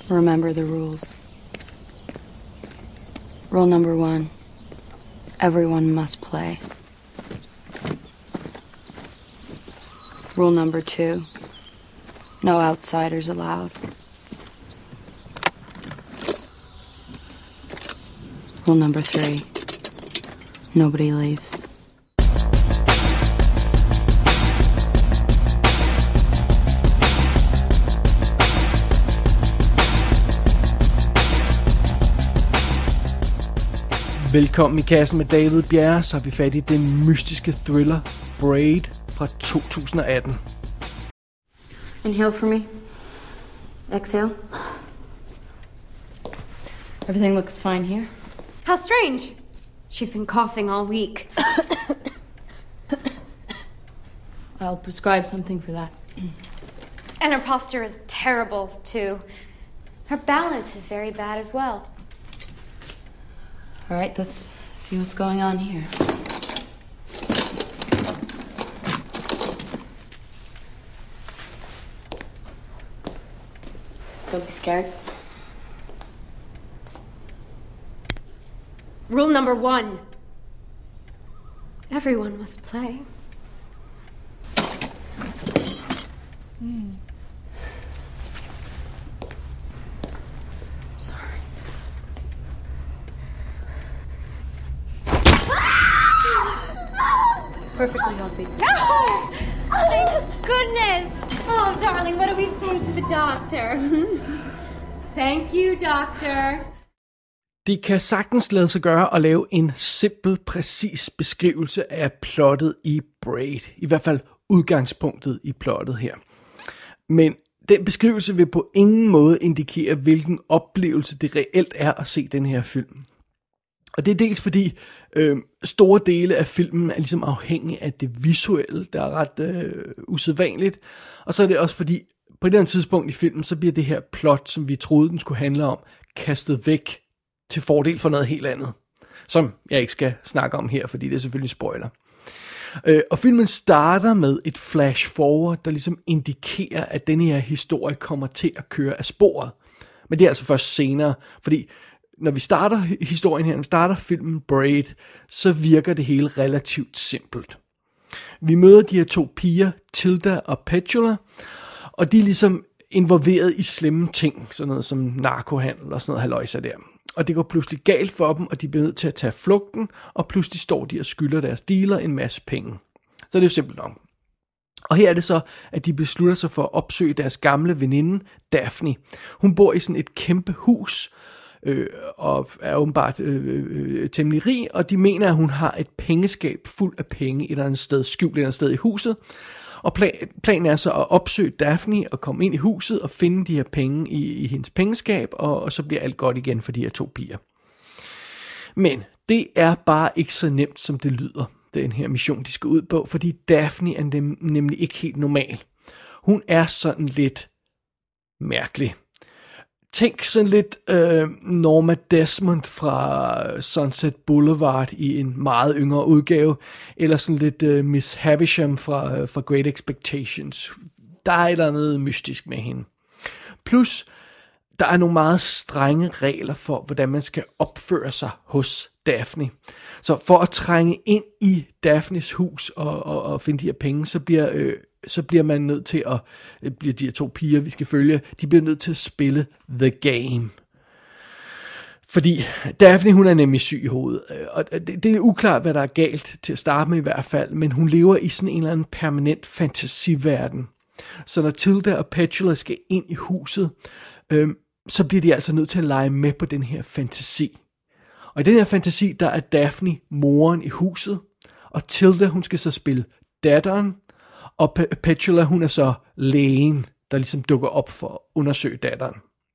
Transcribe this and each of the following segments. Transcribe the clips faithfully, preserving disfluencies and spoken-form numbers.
Remember the rules. Rule number one. Everyone must play. Rule number two. No outsiders allowed. Rule number three. Nobody leaves. Velkommen i kassen med David Bjerre, så er vi fat i den mystiske thriller Braid fra to tusind og atten. Inhale for me. Exhale. Everything looks fine here. How strange. She's been coughing all week. I'll prescribe something for that. And her posture is terrible, too. Her balance is very bad as well. All right, let's see what's going on here. Don't be scared. Rule number one. Everyone must play. Mm. Sorry. Perfectly healthy. No! Thank goodness! Oh, darling, what do we say to the doctor? Thank you, doctor. Det kan sagtens lade sig gøre at lave en simpel, præcis beskrivelse af plottet i Braid. I hvert fald udgangspunktet i plottet her. Men den beskrivelse vil på ingen måde indikere, hvilken oplevelse det reelt er at se den her film. Og det er dels fordi øh, store dele af filmen er ligesom afhængige af det visuelle, der er ret øh, usædvanligt. Og så er det også fordi, på et eller andet tidspunkt i filmen, så bliver det her plot, som vi troede, den skulle handle om, kastet væk til fordel for noget helt andet. Som jeg ikke skal snakke om her, fordi det er selvfølgelig spoiler. Øh, og filmen starter med et flash forward, der ligesom indikerer, at denne her historie kommer til at køre af sporet. Men det er altså først senere, fordi når vi starter historien her, når vi starter filmen Braid, så virker det hele relativt simpelt. Vi møder de her to piger, Tilda og Petula, og de er ligesom involveret i slemme ting, sådan noget som narkohandel og sådan noget halløjsa der. Og det går pludselig galt for dem, og de bliver nødt til at tage flugten, og pludselig står de og skylder deres dealer en masse penge. Så det er jo simpelt nok. Og her er det så, at de beslutter sig for at opsøge deres gamle veninde, Daphne. Hun bor i sådan et kæmpe hus, øh, og er åbenbart øh, øh, temmelig rig, og de mener, at hun har et pengeskab fuld af penge et eller andet sted, skjult et eller andet sted i huset. Og plan, planen er så at opsøge Daphne og komme ind i huset og finde de her penge i, i hendes pengeskab, og, og så bliver alt godt igen for de her to piger. Men det er bare ikke så nemt, som det lyder, den her mission, de skal ud på, fordi Daphne er nem, nemlig ikke helt normal. Hun er sådan lidt mærkelig. Tænk sådan lidt øh, Norma Desmond fra Sunset Boulevard i en meget yngre udgave, eller sådan lidt øh, Miss Havisham fra, øh, fra Great Expectations. Der er et eller andet mystisk med hende. Plus, der er nogle meget strenge regler for, hvordan man skal opføre sig hos Daphne. Så for at trænge ind i Daphnes hus og, og, og finde de her penge, så bliver... Øh, så bliver man nødt til at, bliver de her to piger, vi skal følge, de bliver nødt til at spille the game. Fordi Daphne, hun er nemlig syg i hovedet, og det, det er uklart, hvad der er galt til at starte med i hvert fald, men hun lever i sådan en eller anden permanent fantasiverden. Så når Tilda og Petula skal ind i huset, øhm, så bliver de altså nødt til at lege med på den her fantasi. Og i den her fantasi, der er Daphne moren i huset, og Tilda, hun skal så spille datteren, og Petula, hun er så lægen, der ligesom dukker op for at undersøge datteren.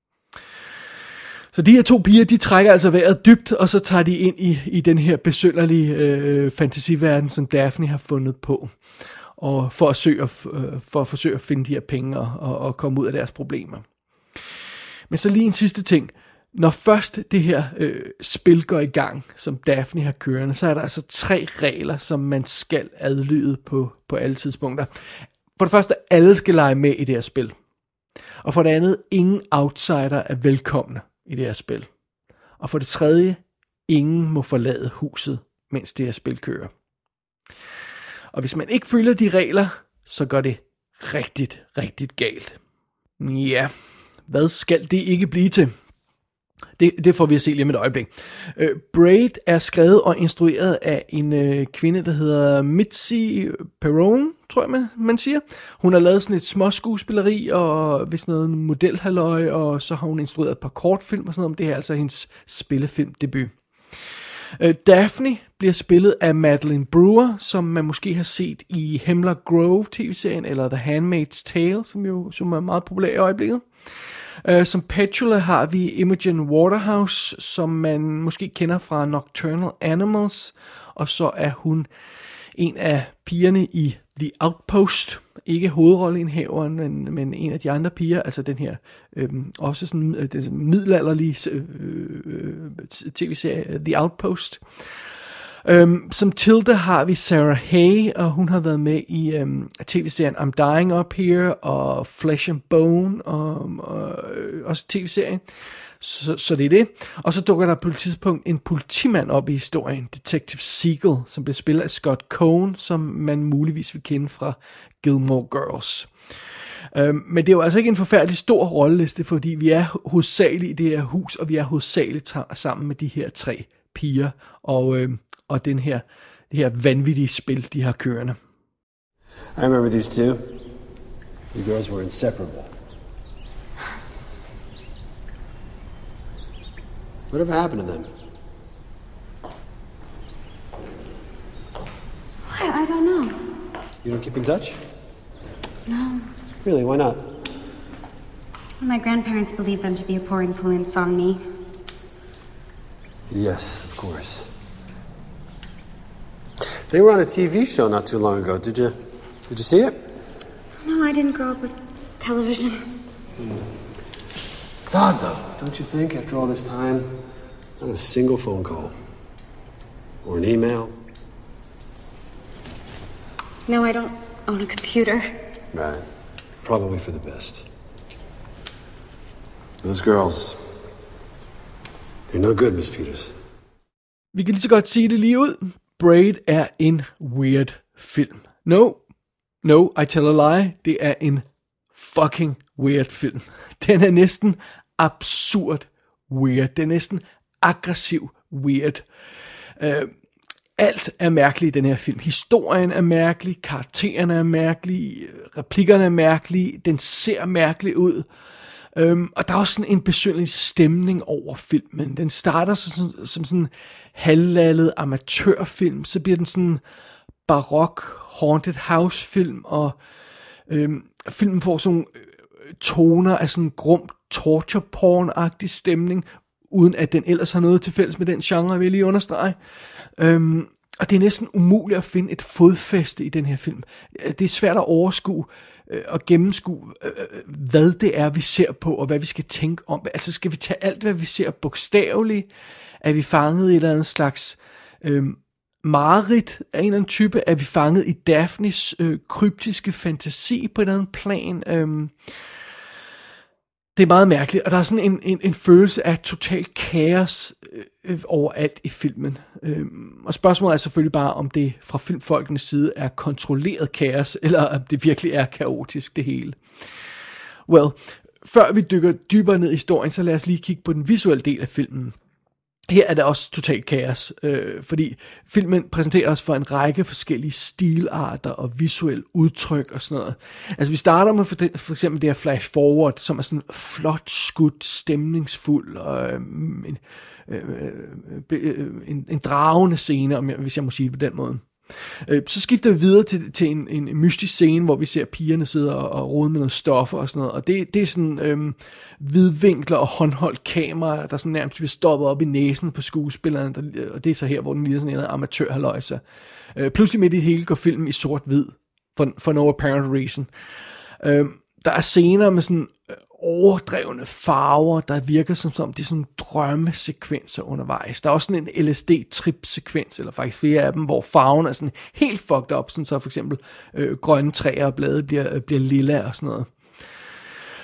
Så de her to piger, de trækker altså vejret dybt, og så tager de ind i, i den her besynderlige øh, fantasiverden, som Daphne har fundet på, og for at, søge, øh, for at forsøge at finde de her penge og, og, og komme ud af deres problemer. Men så lige en sidste ting. Når først det her øh, spil går i gang, som Daphne har kørende, så er der altså tre regler, som man skal adlyde på, på alle tidspunkter. For det første, alle skal lege med i det her spil. Og for det andet, ingen outsider er velkomne i det her spil. Og for det tredje, ingen må forlade huset, mens det her spil kører. Og hvis man ikke følger de regler, så går det rigtigt, rigtigt galt. Ja, hvad skal det ikke blive til? Det, det får vi at se lige om et øjeblik. Uh, Braid er skrevet og instrueret af en uh, kvinde, der hedder Mitzi Perrone, tror jeg man, man siger. Hun har lavet sådan et småskuespilleri og vist noget modelhalløj, og så har hun instrueret et par kortfilm og sådan noget. Det her er altså hendes spillefilmdebut. Uh, Daphne bliver spillet af Madeline Brewer, som man måske har set i Hemlock Grove tv-serien, eller The Handmaid's Tale, som jo som er meget populær i øjeblikket. Uh, som Petula har vi Imogen Waterhouse, som man måske kender fra Nocturnal Animals, og så er hun en af pigerne i The Outpost, ikke hovedrolleindhaveren, men, men en af de andre piger, altså den her øhm, også sådan øh, den middelalderlige øh, øh, tv-serie The Outpost. Um, som Tilda har vi Sarah Hay, og hun har været med i um, tv-serien I'm Dying Up Here og Flesh and Bone og, og øh, også tv-serien. Så, så det er det. Og så dukker der på et tidspunkt en politimand op i historien, Detective Siegel, som bliver spillet af Scott Cohen, som man muligvis vil kende fra Gilmore Girls. Um, men det er jo altså ikke en forfærdelig stor rolleliste, fordi vi er hovedsageligt i det her hus, og vi er hovedsageligt sammen med de her tre piger, og øh, og den her, det her vanvittige spil, de har kørende. I remember these two. You girls were inseparable. Whatever happened to them? I, I don't know. You don't keep in touch? No. Really, why not? My grandparents believed them to be a poor influence on me. Yes, of course. They were on a T V show not too long ago. Did you did you see it? No, I didn't grow up with television. Hmm. It's odd though, don't you think, after all this time? Not a single phone call. Or an email. No, I don't own a computer. Right. Probably for the best. Those girls, they're no good, Miss Peters. Vi kan lige så godt sige det lige ud. Braid er en weird film. No, no, I tell a lie. Det er en fucking weird film. Den er næsten absurd weird. Den er næsten aggressiv weird. Uh, alt er mærkeligt i den her film. Historien er mærkelig, karaktererne er mærkelige, replikkerne er mærkelige, den ser mærkelig ud. Um, og der er også sådan en besynderlig stemning over filmen. Den starter som, som sådan en halvlallet amatørfilm, så bliver den sådan barok haunted house film, og øhm, filmen får sådan nogle toner af sådan grum torture porn-agtig stemning, uden at den ellers har noget til fælles med den genre, vil jeg lige understrege. Øhm, og det er næsten umuligt at finde et fodfæste i den her film. Det er svært at overskue og gennemskue, hvad det er, vi ser på, og hvad vi skal tænke om. Altså, skal vi tage alt, hvad vi ser bogstaveligt? Er vi fanget i et eller andet slags øhm, mareridt af en eller anden type? Er vi fanget i Daphnes øh, kryptiske fantasi på et eller andet plan? Øhm, det er meget mærkeligt, og der er sådan en, en, en følelse af total kaos øh, overalt i filmen. Øhm, og spørgsmålet er selvfølgelig bare, om det fra filmfolkenes side er kontrolleret kaos, eller om det virkelig er kaotisk det hele. Well, før vi dykker dybere ned i historien, så lad os lige kigge på den visuelle del af filmen. Her er der også totalt kaos, øh, fordi filmen præsenterer os for en række forskellige stilarter og visuelle udtryk og sådan noget. Altså vi starter med for, det, for eksempel det her flash forward, som er sådan flot skudt, stemningsfuld og øh, en, øh, øh, en, en dragende scene, om jeg, hvis jeg må sige det på den måde. Så skifter vi videre til, til en, en mystisk scene, hvor vi ser pigerne sidde og, og rode med noget stoffer og sådan noget. Og det, det er sådan øhm, vidvinkler og håndholdt kamera, der sådan nærmest bliver stoppet op i næsen på skuespillerne. Der, og det er så her, hvor den lige er sådan en amatørhalløjse. Øh, pludselig midt i det hele går filmen i sort-hvid, for, for no apparent reason. Øh, der er scener med sådan overdrevne farver, der virker som om det er sådan drømmesekvenser undervejs. Der er også sådan en L S D-trip-sekvens, eller faktisk flere af dem, hvor farven er sådan helt fucked up, sådan så for eksempel øh, grønne træer og blade bliver, øh, bliver lilla og sådan noget.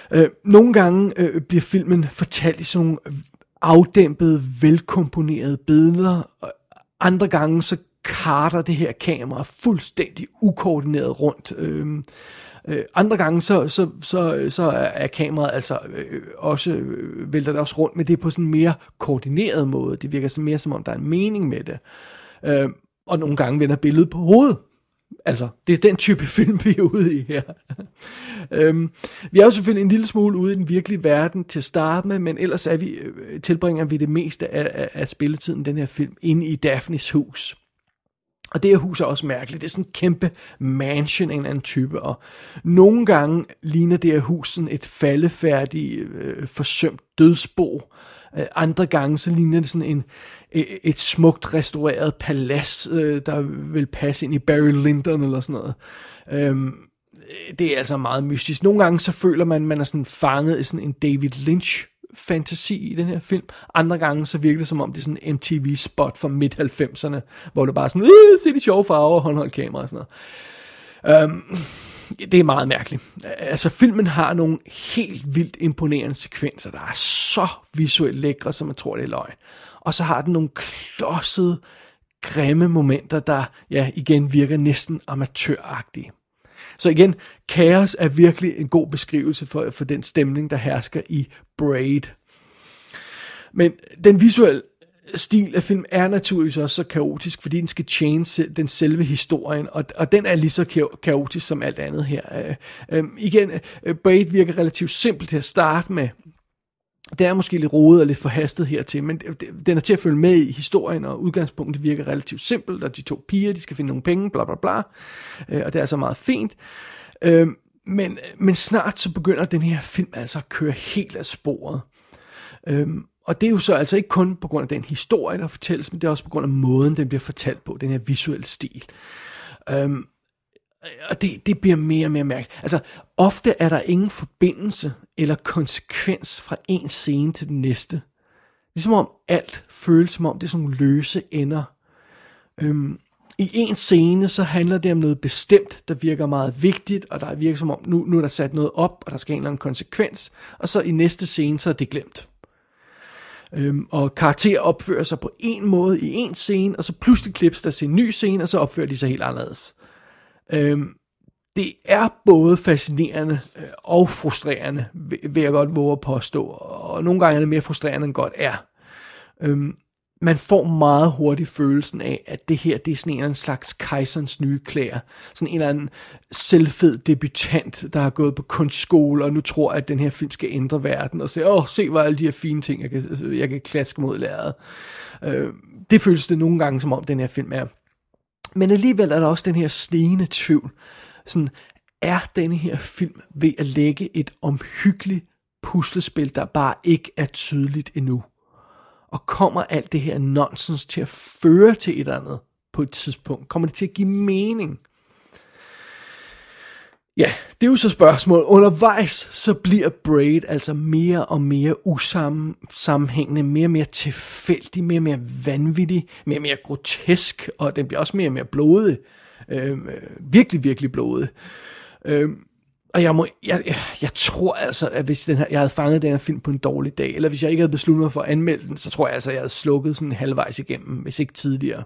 Øh, nogle gange øh, bliver filmen fortalt i sådan nogle afdæmpede, velkomponerede billeder, og andre gange så karter det her kamera fuldstændig ukoordineret rundt. Øh, øh, andre gange så, så, så, så er, er kameraet altså øh, også, øh, vælter det også rundt, men det er på sådan en mere koordineret måde. Det virker så mere som om, der er en mening med det. Øh, og nogle gange vender billedet på hovedet. Altså, det er den type film, vi er ude i her. øhm, vi er jo selvfølgelig en lille smule ude i den virkelige verden til at starte med, men ellers er vi, øh, tilbringer vi det meste af, af, af spilletiden, den her film, inde i Daphnes hus. Og det her hus er også mærkeligt. Det er sådan en kæmpe mansion af en eller anden type, og nogle gange ligner det her hus sådan et faldefærdigt, øh, forsømt dødsbo. Andre gange så ligner det sådan en, et smukt restaureret palads, der vil passe ind i Barry Lyndon eller sådan noget. Det er altså meget mystisk. Nogle gange så føler man, man er sådan fanget i sådan en David Lynch fantasi i den her film. Andre gange så virker det som om det er sådan en M T V-spot fra midt halvfemserne, hvor det bare er sådan, øh, se de sjove farver, håndholdt kamera og sådan noget. Um, det er meget mærkeligt. Altså, filmen har nogle helt vildt imponerende sekvenser, der er så visuelt lækre, som man tror, det er løgn. Og så har den nogle klodsede, grimme momenter, der, ja, igen virker næsten amatøragtige. Så igen, kaos er virkelig en god beskrivelse for, for den stemning, der hersker i Braid. Men den visuelle stil af film er naturligvis også så kaotisk, fordi den skal tjene den selve historien, og, og den er lige så kaotisk som alt andet her. Øh, øh, igen, Braid virker relativt simpelt til at starte med. Det er måske lidt rodet og lidt forhastet hertil, men den er til at følge med i historien, og udgangspunktet virker relativt simpelt, og de to piger, de skal finde nogle penge, bla bla bla, øh, og det er altså meget fint. Øh, men, men snart så begynder den her film altså at køre helt af sporet. Øh, Og det er jo så altså ikke kun på grund af den historie, der fortælles, men det er også på grund af måden, den bliver fortalt på, den her visuelle stil. Um, og det, det bliver mere og mere mærkeligt. Altså, ofte er der ingen forbindelse eller konsekvens fra en scene til den næste. Ligesom om alt føles som om, det er sådan nogle løse ender. Um, I en scene, så handler det om noget bestemt, der virker meget vigtigt, og der virker som om, nu, nu er der sat noget op, og der skal en eller anden konsekvens, og så i næste scene, så er det glemt. Øhm, og karakterer opfører sig på en måde i en scene, og så pludselig klips der til en ny scene, og så opfører de sig helt anderledes. Øhm, det er både fascinerende øh, og frustrerende, vil jeg godt våge at påstå, og nogle gange er det mere frustrerende end godt er. Øhm, man får meget hurtigt følelsen af, at det her, det er sådan en eller anden slags kejserens nye klæder. Sådan en eller anden selvfed debutant, der har gået på kunstskole, og nu tror, at den her film skal ændre verden, og siger, åh, se hvor alle de her fine ting, jeg kan, jeg kan klaske mod lærredet. Øh, det føles det nogle gange, som om den her film er. Men alligevel er der også den her snigende tvivl. Sådan, er denne her film ved at lægge et omhyggeligt puslespil, der bare ikke er tydeligt endnu? Og kommer alt det her nonsens til at føre til et eller andet på et tidspunkt? Kommer det til at give mening? Ja, det er jo så spørgsmålet. Undervejs så bliver Braid altså mere og mere usammenhængende, mere og mere tilfældig, mere og mere vanvittig, mere og mere grotesk, og den bliver også mere og mere blodig. Øhm, øh, virkelig, virkelig blodig. Øhm, Og jeg, må, jeg, jeg, jeg tror altså, at hvis den her, jeg havde fanget den her film på en dårlig dag, eller hvis jeg ikke havde besluttet mig for at anmelde den, så tror jeg altså, at jeg havde slukket sådan halvvejs igennem, hvis ikke tidligere.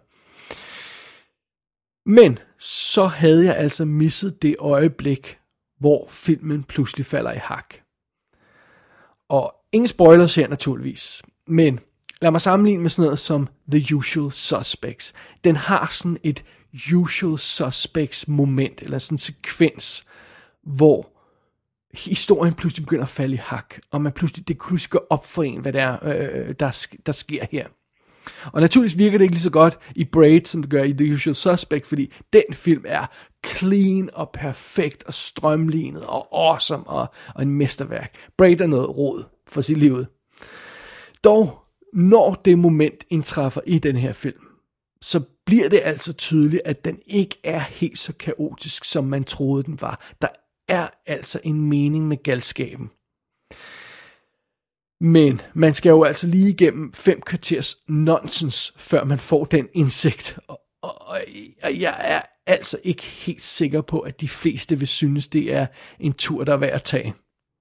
Men så havde jeg altså misset det øjeblik, hvor filmen pludselig falder i hak. Og ingen spoilers her naturligvis, men lad mig sammenligne med sådan noget som The Usual Suspects. Den har sådan et Usual Suspects moment, eller sådan en sekvens, hvor historien pludselig begynder at falde i hak, og man pludselig, det pludselig går op for en, hvad det er, øh, der, der sker her. Og naturligvis virker det ikke lige så godt i Braid, som det gør i The Usual Suspect, fordi den film er clean og perfekt og strømlignet og awesome og, og en mesterværk. Braid er noget rod for sit liv. Dog, når det moment indtræffer i den her film, så bliver det altså tydeligt, at den ikke er helt så kaotisk, som man troede den var. Der er altså en mening med galskaben. Men man skal jo altså lige igennem fem kvarters nonsens, før man får den indsigt. Og, og, og jeg er altså ikke helt sikker på, at de fleste vil synes, det er en tur, der er værd at tage.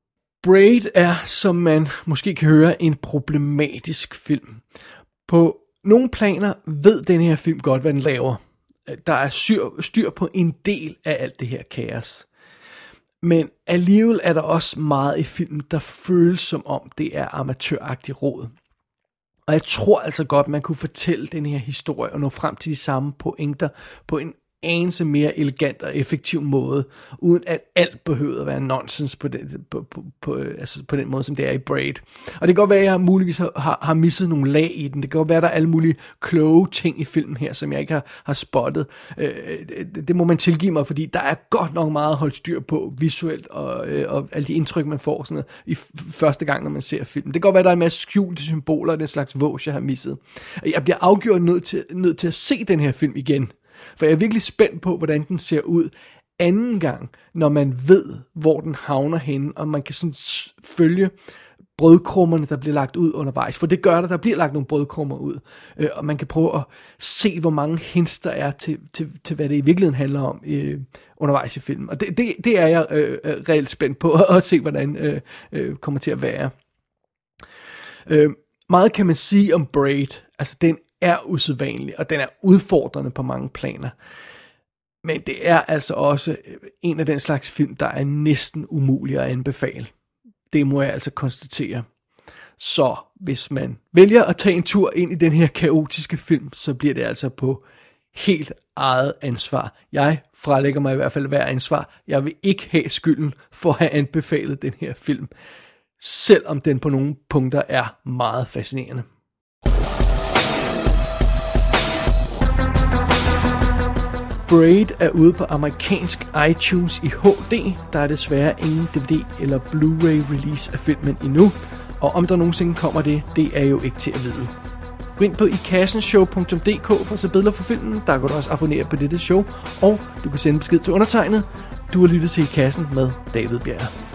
Braid er, som man måske kan høre, en problematisk film. På nogle planer ved den her film godt, hvad den laver. Der er styr, styr på en del af alt det her kaos. Men alligevel er der også meget i filmen, der føles som om det er amatøragtig råd. Og jeg tror altså godt, man kunne fortælle den her historie og nå frem til de samme pointer på en anelse mere elegant og effektiv måde, uden at alt behøver at være nonsens på den, på, på, på, altså på den måde, som det er i Braid. Og det kan godt være, at jeg muligvis har, har misset nogle lag i den. Det kan godt være, at der er alle mulige kloge ting i filmen her, som jeg ikke har, har spottet. Øh, det, det må man tilgive mig, fordi der er godt nok meget at holde styr på visuelt, og, øh, og alle de indtryk, man får sådan noget, i f- første gang, når man ser filmen. Det kan godt være, at der er en masse skjulte symboler og den slags vås, jeg har misset. Jeg bliver afgjort nødt til, nødt til at se den her film igen. For jeg er virkelig spændt på, hvordan den ser ud anden gang, når man ved, hvor den havner henne, og man kan sådan følge brødkrummerne, der bliver lagt ud undervejs. For det gør der, der bliver lagt nogle brødkrummer ud, øh, og man kan prøve at se, hvor mange hints der er til, til, til hvad det i virkeligheden handler om øh, undervejs i filmen. Og det, det, det er jeg øh, reelt spændt på, at se, hvordan øh, øh, kommer til at være. Øh, meget kan man sige om Braid. Altså, den er usædvanlig, og den er udfordrende på mange planer. Men det er altså også en af den slags film, der er næsten umulig at anbefale. Det må jeg altså konstatere. Så hvis man vælger at tage en tur ind i den her kaotiske film, så bliver det altså på helt eget ansvar. Jeg fralægger mig i hvert fald hver ansvar. Jeg vil ikke have skylden for at have anbefalet den her film, selvom den på nogle punkter er meget fascinerende. Braid er ude på amerikansk iTunes i H D. Der er desværre ingen D V D eller Blu-ray release af filmen endnu. Og om der nogensinde kommer det, det er jo ikke til at vide. Gå ind på i kassen show punktum d k for at se billeder for filmen. Der kan du også abonnere på dette show. Og du kan sende besked til undertegnet. Du har lyttet til I Kassen med David Bjerg.